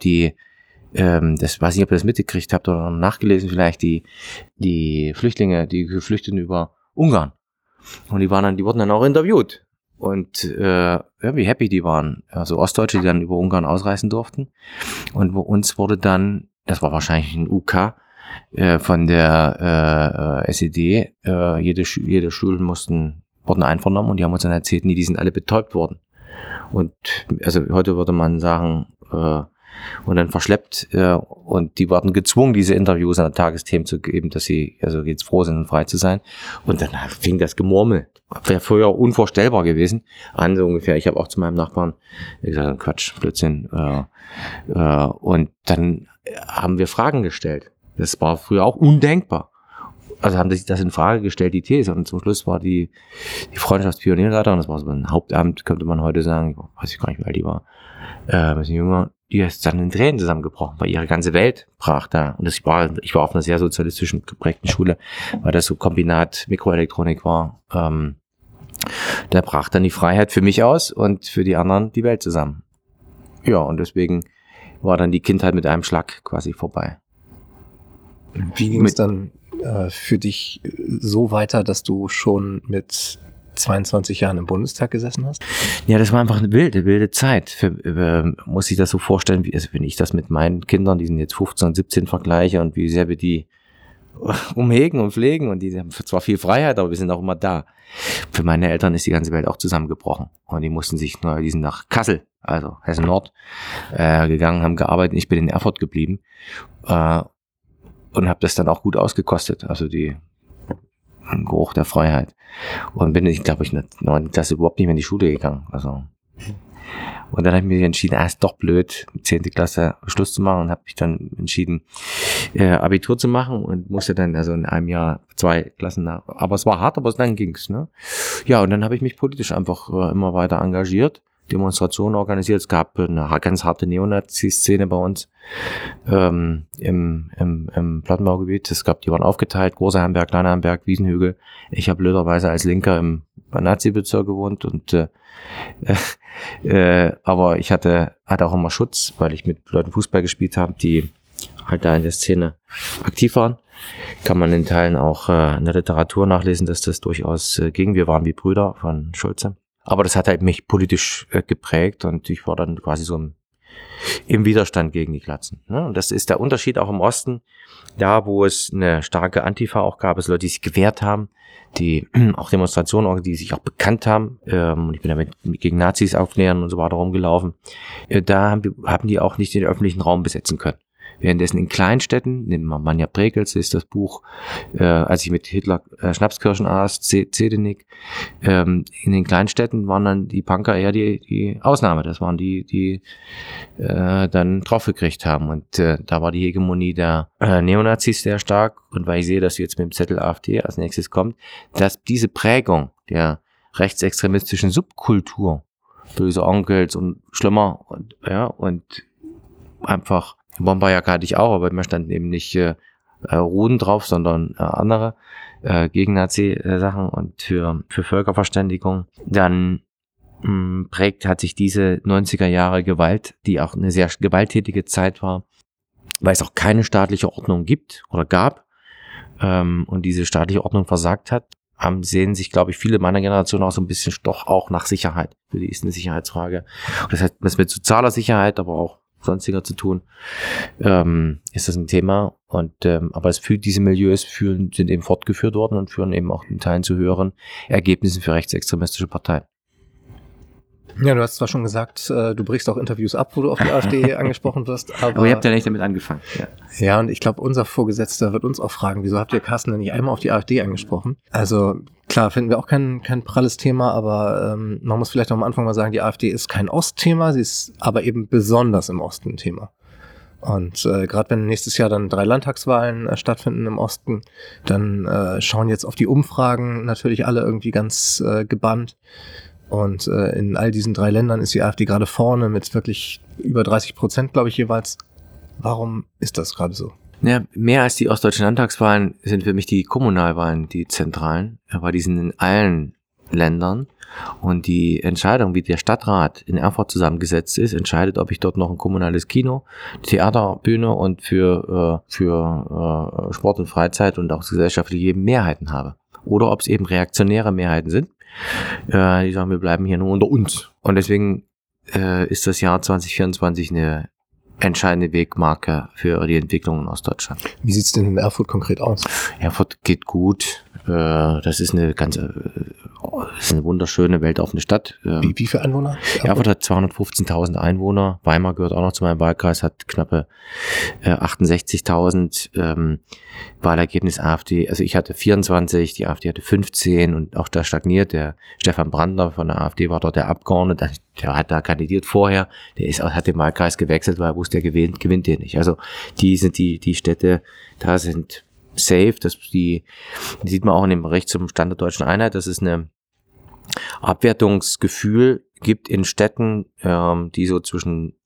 das weiß ich nicht, ob ihr das mitgekriegt habt oder nachgelesen vielleicht, die Flüchtlinge, die Geflüchteten über Ungarn. Und die wurden dann auch interviewt. Und wie happy die waren. Also Ostdeutsche, die dann über Ungarn ausreisen durften. Und bei uns wurde dann, das war wahrscheinlich ein UK, von der SED, jede Schulen wurden einvernommen und die haben uns dann erzählt, die sind alle betäubt worden. Und also heute würde man sagen, und dann verschleppt und die wurden gezwungen, diese Interviews an der Tagesthemen zu geben, dass sie also jetzt froh sind, frei zu sein. Und dann fing das Gemurmel. Wäre früher unvorstellbar gewesen. An so ungefähr, ich habe auch zu meinem Nachbarn gesagt, Quatsch, Blödsinn. Und dann haben wir Fragen gestellt. Das war früher auch undenkbar. Also haben sich das in Frage gestellt, die These. Und zum Schluss war die Freundschaftspionierleiterin, das war so ein Hauptamt, könnte man heute sagen, weiß ich gar nicht, wie alt die war, ein bisschen jünger, die ist dann in Tränen zusammengebrochen, weil ihre ganze Welt brach da. Und ich war auf einer sehr sozialistischen geprägten Schule, weil das so Kombinat Mikroelektronik war. Da brach dann die Freiheit für mich aus und für die anderen die Welt zusammen. Ja, und deswegen war dann die Kindheit mit einem Schlag quasi vorbei. Wie ging es dann für dich so weiter, dass du schon mit 22 Jahren im Bundestag gesessen hast? Ja, das war einfach eine wilde Zeit. Muss ich das so vorstellen, wenn ich das mit meinen Kindern, die sind jetzt 15 und 17, vergleiche und wie sehr wir die umhegen und pflegen und die haben zwar viel Freiheit, aber wir sind auch immer da. Für meine Eltern ist die ganze Welt auch zusammengebrochen und die sind nach Kassel, also Hessen Nord, gegangen, haben gearbeitet. Ich bin in Erfurt geblieben und habe das dann auch gut ausgekostet, also den Geruch der Freiheit. Und bin ich, glaube ich, in der 9. Klasse überhaupt nicht mehr in die Schule gegangen. Also. Und dann habe ich mich entschieden, ist doch blöd, 10. Klasse Schluss zu machen und habe mich dann entschieden, Abitur zu machen und musste dann also in einem Jahr 2 Klassen nach. Aber es war hart, aber dann ging's. Ne? Ja, und dann habe ich mich politisch einfach immer weiter engagiert, Demonstrationen organisiert. Es gab eine ganz harte Neonazi-Szene bei uns im Plattenbaugebiet. Die waren aufgeteilt, Großer Hamberg, Kleiner Hamberg, Wiesenhügel. Ich habe blöderweise als Linker im Nazi-Bezirk gewohnt und aber ich hatte auch immer Schutz, weil ich mit Leuten Fußball gespielt habe, die halt da in der Szene aktiv waren. Kann man in Teilen auch in der Literatur nachlesen, dass das durchaus ging. Wir waren wie Brüder von Schulze. Aber das hat halt mich politisch geprägt und ich war dann quasi so im Widerstand gegen die Glatzen. Ne? Und das ist der Unterschied auch im Osten, da wo es eine starke Antifa auch gab, es Leute, die sich gewehrt haben, die auch Demonstrationen, die sich auch bekannt haben. Ich bin damit gegen Nazis aufklären und so weiter rumgelaufen. Da haben die auch nicht den öffentlichen Raum besetzen können. Währenddessen in Kleinstädten, nehmen wir Manja Brekels, ist das Buch, als ich mit Hitler Schnapskirschen aß, Zedenik, in den Kleinstädten waren dann die Punker eher die Ausnahme. Das waren die dann draufgekriegt haben. Und da war die Hegemonie der Neonazis sehr stark. Und weil ich sehe, dass jetzt mit dem Zettel AfD als nächstes kommt, dass diese Prägung der rechtsextremistischen Subkultur, böse Onkels und schlimmer und einfach Bomberjacke hatte ich auch, aber mir standen eben nicht Ruden drauf, sondern andere Gegen-Nazi-Sachen und für Völkerverständigung. Dann hat sich diese 90er Jahre Gewalt, die auch eine sehr gewalttätige Zeit war, weil es auch keine staatliche Ordnung gibt oder gab und diese staatliche Ordnung versagt hat, sehen sich, glaube ich, viele meiner Generation auch so ein bisschen doch auch nach Sicherheit. Für die ist eine Sicherheitsfrage. Und das hat was mit sozialer Sicherheit, aber auch sonstiger zu tun, ist das ein Thema. Und aber diese Milieus sind eben fortgeführt worden und führen eben auch in Teilen zu höheren Ergebnissen für rechtsextremistische Parteien. Ja, du hast zwar schon gesagt, du brichst auch Interviews ab, wo du auf die AfD angesprochen wirst, aber ihr habt ja nicht damit angefangen. Ja, und ich glaube, unser Vorgesetzter wird uns auch fragen, wieso habt ihr Carsten denn nicht einmal auf die AfD angesprochen? Also klar, finden wir auch kein pralles Thema, aber man muss vielleicht auch am Anfang mal sagen, die AfD ist kein Ostthema, sie ist aber eben besonders im Osten ein Thema. Und gerade wenn nächstes Jahr dann 3 Landtagswahlen stattfinden im Osten, dann schauen jetzt auf die Umfragen natürlich alle irgendwie ganz gebannt. Und in all diesen 3 Ländern ist die AfD gerade vorne mit wirklich über 30%, glaube ich, jeweils. Warum ist das gerade so? Ja, mehr als die ostdeutschen Landtagswahlen sind für mich die Kommunalwahlen die zentralen, aber die sind in allen Ländern. Und die Entscheidung, wie der Stadtrat in Erfurt zusammengesetzt ist, entscheidet, ob ich dort noch ein kommunales Kino, Theaterbühne und für Sport und Freizeit und auch gesellschaftliche Mehrheiten habe. Oder ob es eben reaktionäre Mehrheiten sind, die sagen, wir bleiben hier nur unter uns. Und deswegen ist das Jahr 2024 eine entscheidende Wegmarke für die Entwicklung in Ostdeutschland. Wie sieht's denn in Erfurt konkret aus? Erfurt geht gut. Das ist eine wunderschöne, weltoffene Stadt. Wie viele Einwohner? Erfurt hat 215.000 Einwohner. Weimar gehört auch noch zu meinem Wahlkreis, hat knappe 68.000. Wahlergebnis AfD. Also ich hatte 24, die AfD hatte 15 und auch da stagniert. Der Stefan Brandner von der AfD war dort der Abgeordnete. Der hat da kandidiert vorher. Hat den Wahlkreis gewechselt, weil er wusste, der gewinnt den nicht. Also die sind die Städte, da sind safe, die sieht man auch in dem Bericht zum Stand der deutschen Einheit, dass es eine Abwertungsgefühl gibt in Städten, die so zwischen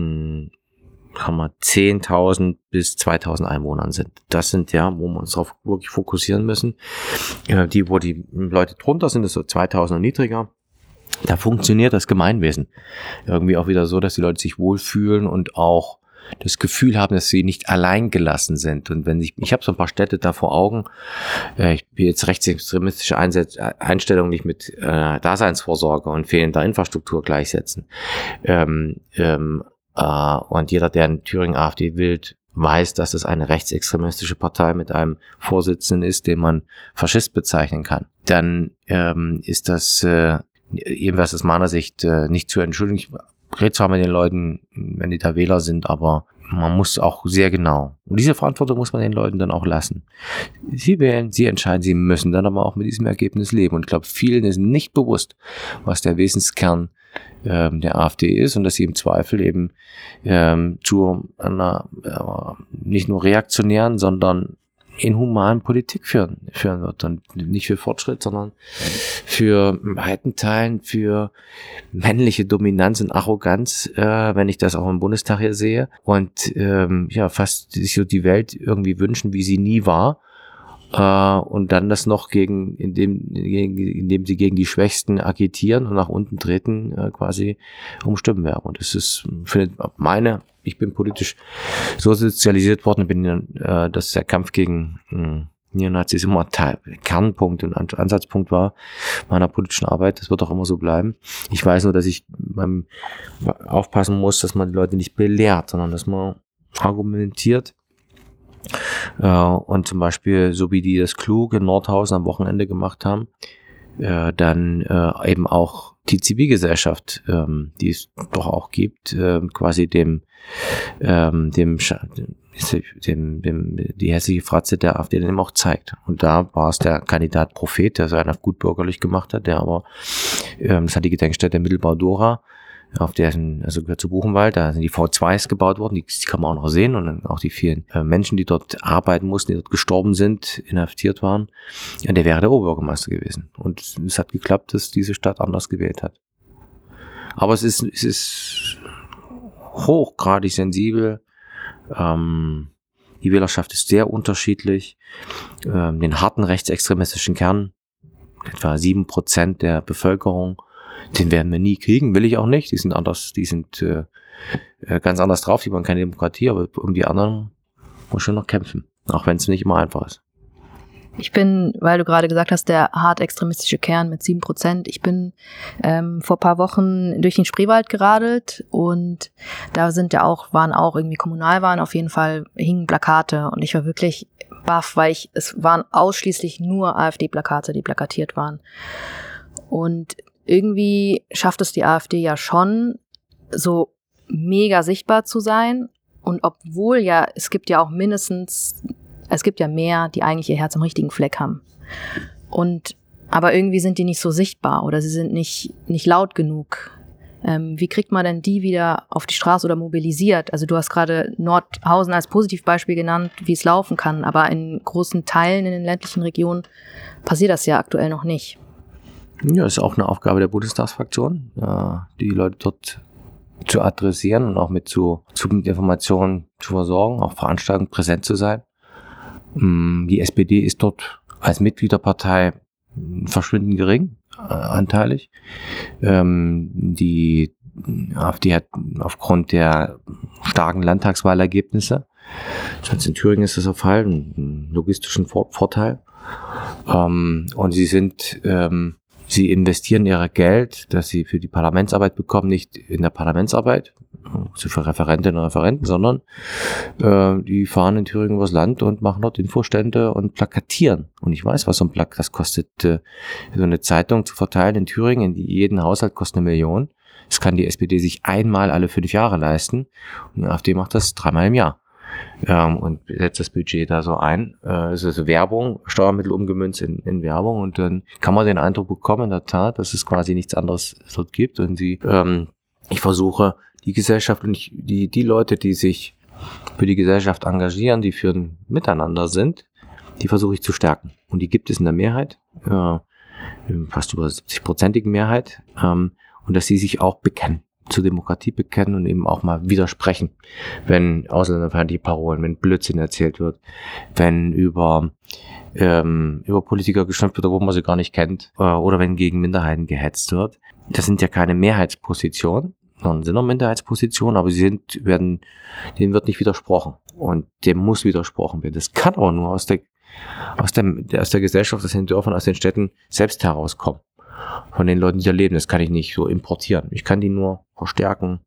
10.000 bis 2.000 Einwohnern sind. Das sind ja, wo wir uns darauf wirklich fokussieren müssen. Wo die Leute drunter sind, ist so 2.000 und niedriger. Da funktioniert das Gemeinwesen irgendwie auch wieder so, dass die Leute sich wohlfühlen und auch das Gefühl haben, dass sie nicht allein gelassen sind. Und wenn ich habe so ein paar Städte da vor Augen, ich will jetzt rechtsextremistische Einstellungen nicht mit Daseinsvorsorge und fehlender Infrastruktur gleichsetzen. Und jeder, der in Thüringen AfD wählt, weiß, dass es eine rechtsextremistische Partei mit einem Vorsitzenden ist, den man Faschist bezeichnen kann. Dann ist das jedenfalls aus meiner Sicht nicht zu entschuldigen. Ich rede zwar mit den Leuten, wenn die da Wähler sind, aber man muss auch sehr genau. Und diese Verantwortung muss man den Leuten dann auch lassen. Sie wählen, sie entscheiden, sie müssen dann aber auch mit diesem Ergebnis leben. Und ich glaube, vielen ist nicht bewusst, was der Wesenskern der AfD ist und dass sie im Zweifel eben zu einer nicht nur reaktionären, sondern inhumanen Politik führen wird. Und nicht für Fortschritt, sondern für weiten Teilen für männliche Dominanz und Arroganz, wenn ich das auch im Bundestag hier sehe. Und fast sich so die Welt irgendwie wünschen, wie sie nie war. Und dann das noch indem sie gegen die Schwächsten agitieren und nach unten treten, quasi um werben. Und das ist, ich bin politisch so sozialisiert worden, dass der Kampf gegen Neonazis immer Kernpunkt und Ansatzpunkt war meiner politischen Arbeit. Das wird auch immer so bleiben. Ich weiß nur, dass ich aufpassen muss, dass man die Leute nicht belehrt, sondern dass man argumentiert. Und zum Beispiel, so wie die das klug in Nordhausen am Wochenende gemacht haben, dann eben auch die Zivilgesellschaft, die es doch auch gibt, quasi die hässliche Fratze der AfD dann eben auch zeigt. Und da war es der Kandidat Prophet, der seiner gut bürgerlich gemacht hat, der aber, das hat die Gedenkstätte Mittelbau-Dora, also gehört zu Buchenwald, da sind die V2s gebaut worden, die kann man auch noch sehen und dann auch die vielen Menschen, die dort arbeiten mussten, die dort gestorben sind, inhaftiert waren. Ja, der wäre der Oberbürgermeister gewesen. Und es hat geklappt, dass diese Stadt anders gewählt hat. Aber es ist hochgradig sensibel. Die Wählerschaft ist sehr unterschiedlich. Den harten rechtsextremistischen Kern, etwa 7% der Bevölkerung, den werden wir nie kriegen, will ich auch nicht. Die sind ganz anders drauf, die wollen keine Demokratie, aber um die anderen muss schon noch kämpfen, auch wenn es nicht immer einfach ist. Ich bin, weil du gerade gesagt hast, der hart extremistische Kern mit 7%. Ich bin vor ein paar Wochen durch den Spreewald geradelt und da waren auch irgendwie Kommunalwahlen, auf jeden Fall hingen Plakate und ich war wirklich baff, weil es waren ausschließlich nur AfD-Plakate, die plakatiert waren. Und irgendwie schafft es die AfD ja schon, so mega sichtbar zu sein. Und obwohl es gibt ja mehr, die eigentlich ihr Herz am richtigen Fleck haben. Aber irgendwie sind die nicht so sichtbar oder sie sind nicht laut genug. Wie kriegt man denn die wieder auf die Straße oder mobilisiert? Also du hast gerade Nordhausen als Positivbeispiel genannt, wie es laufen kann, aber in großen Teilen in den ländlichen Regionen passiert das ja aktuell noch nicht. Ja, ist auch eine Aufgabe der Bundestagsfraktion, die Leute dort zu adressieren und auch mit Informationen zu versorgen, auch Veranstaltungen präsent zu sein. Die SPD ist dort als Mitgliederpartei verschwindend gering, anteilig. Die AfD hat aufgrund der starken Landtagswahlergebnisse, jetzt in Thüringen ist das der Fall, einen logistischen Vorteil. Und sie investieren ihr Geld, das sie für die Parlamentsarbeit bekommen, nicht in der Parlamentsarbeit, also für Referentinnen und Referenten, sondern die fahren in Thüringen übers Land und machen dort Infostände und plakatieren. Und ich weiß, was so ein das kostet, so eine Zeitung zu verteilen in Thüringen, in jeden Haushalt kostet 1 Million. Das kann die SPD sich einmal alle 5 Jahre leisten. Und die AfD macht das 3-mal im Jahr. Und setzt das Budget da so ein. Es ist Werbung, Steuermittel umgemünzt in Werbung, und dann kann man den Eindruck bekommen, in der Tat, dass es quasi nichts anderes dort gibt. Und ich versuche, die Gesellschaft und die Leute, die sich für die Gesellschaft engagieren, die für ein Miteinander sind, die versuche ich zu stärken. Und die gibt es in der Mehrheit, fast über 70%igen Mehrheit, und dass sie sich auch bekennen, zur Demokratie bekennen und eben auch mal widersprechen, wenn ausländerfeindliche Parolen, wenn Blödsinn erzählt wird, wenn über Politiker geschimpft wird, wo man sie gar nicht kennt, oder wenn gegen Minderheiten gehetzt wird. Das sind ja keine Mehrheitspositionen, sondern sind noch Minderheitspositionen, aber denen wird nicht widersprochen, und dem muss widersprochen werden. Das kann aber nur aus der Gesellschaft, aus den Dörfern, aus den Städten selbst herauskommen. Von den Leuten, die da leben. Das kann ich nicht so importieren. Ich kann die nur verstärken.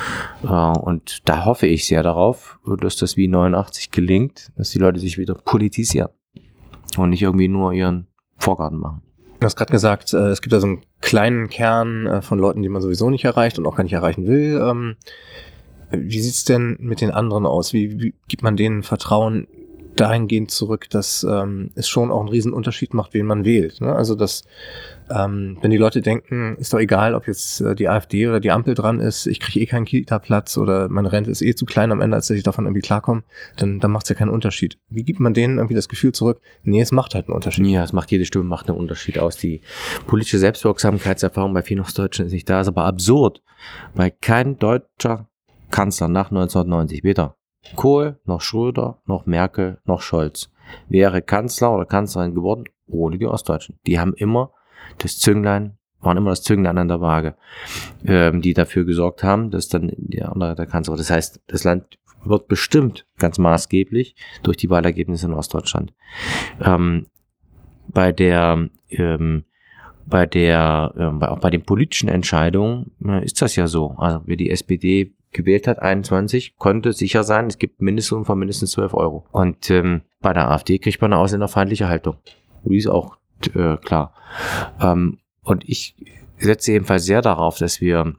Und da hoffe ich sehr darauf, dass das wie 89 gelingt, dass die Leute sich wieder politisieren und nicht irgendwie nur ihren Vorgarten machen. Du hast gerade gesagt, es gibt da so einen kleinen Kern von Leuten, die man sowieso nicht erreicht und auch gar nicht erreichen will. Wie sieht's denn mit den anderen aus? Wie gibt man denen Vertrauen dahingehend zurück, dass es schon auch einen riesen Unterschied macht, wen man wählt, ne? Also dass wenn die Leute denken, ist doch egal, ob jetzt die AfD oder die Ampel dran ist, ich kriege keinen Kita-Platz oder meine Rente ist zu klein am Ende, als dass ich davon irgendwie klarkomme, dann macht es ja keinen Unterschied. Wie gibt man denen irgendwie das Gefühl zurück, nee, es macht halt einen Unterschied? Ja, jede Stimme macht einen Unterschied aus. Die politische Selbstwirksamkeitserfahrung bei vielen Ostdeutschen ist nicht da, ist aber absurd, weil kein deutscher Kanzler nach 1990, weder Kohl, noch Schröder, noch Merkel, noch Scholz wäre Kanzler oder Kanzlerin geworden ohne die Ostdeutschen. Die haben immer waren immer das Zünglein an der Waage, die dafür gesorgt haben, dass dann der Kanzler wird. Das heißt, das Land wird bestimmt ganz maßgeblich durch die Wahlergebnisse in Ostdeutschland. Auch bei den politischen Entscheidungen ist das ja so. Also wer die SPD gewählt hat, 21, konnte sicher sein, es gibt Mindestlohn von mindestens 12 Euro. Und bei der AfD kriegt man eine ausländerfeindliche Haltung. Die ist auch klar. Und ich setze jedenfalls sehr darauf, dass wir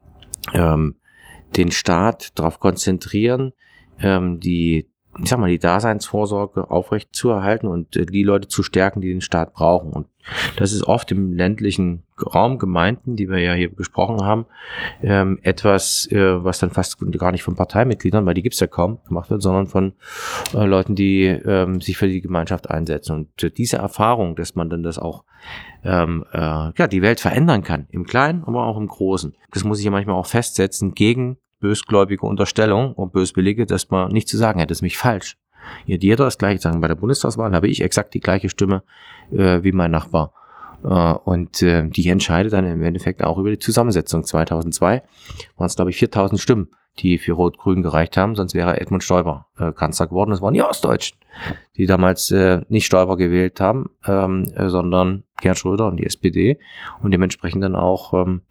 den Staat darauf konzentrieren, die Daseinsvorsorge aufrecht zu erhalten und die Leute zu stärken, die den Staat brauchen. Und das ist oft im ländlichen Raum, Gemeinden, die wir ja hier besprochen haben, etwas, was dann fast gar nicht von Parteimitgliedern, weil die gibt's ja kaum, gemacht wird, sondern von Leuten, die sich für die Gemeinschaft einsetzen. Und diese Erfahrung, dass man dann das auch die Welt verändern kann, im Kleinen, aber auch im Großen, das muss ich ja manchmal auch festsetzen gegen bösgläubige Unterstellung und Böswillige, dass man nicht zu sagen hätte, das ist mich falsch. Hier hat jeder das gleiche sagen. Bei der Bundestagswahl habe ich exakt die gleiche Stimme wie mein Nachbar. Und die entscheidet dann im Endeffekt auch über die Zusammensetzung. 2002 waren es, glaube ich, 4.000 Stimmen, die für Rot-Grün gereicht haben, sonst wäre Edmund Stoiber Kanzler geworden. Das waren die Ostdeutschen, die damals nicht Stoiber gewählt haben, sondern Gerhard Schröder und die SPD und dementsprechend dann auch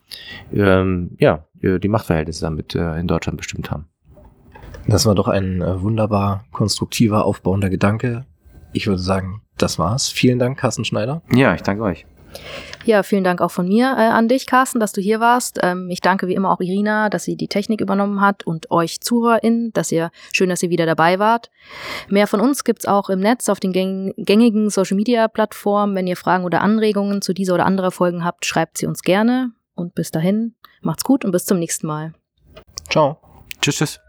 die Machtverhältnisse damit in Deutschland bestimmt haben. Das war doch ein wunderbar konstruktiver, aufbauender Gedanke. Ich würde sagen, das war's. Vielen Dank, Carsten Schneider. Ja, ich danke euch. Ja, vielen Dank auch von mir an dich, Carsten, dass du hier warst. Ich danke wie immer auch Irina, dass sie die Technik übernommen hat und euch ZuhörerInnen, dass ihr wieder dabei wart. Mehr von uns gibt's auch im Netz auf den gängigen Social-Media-Plattformen. Wenn ihr Fragen oder Anregungen zu dieser oder anderer Folgen habt, schreibt sie uns gerne. Und bis dahin, macht's gut und bis zum nächsten Mal. Ciao. Tschüss, tschüss.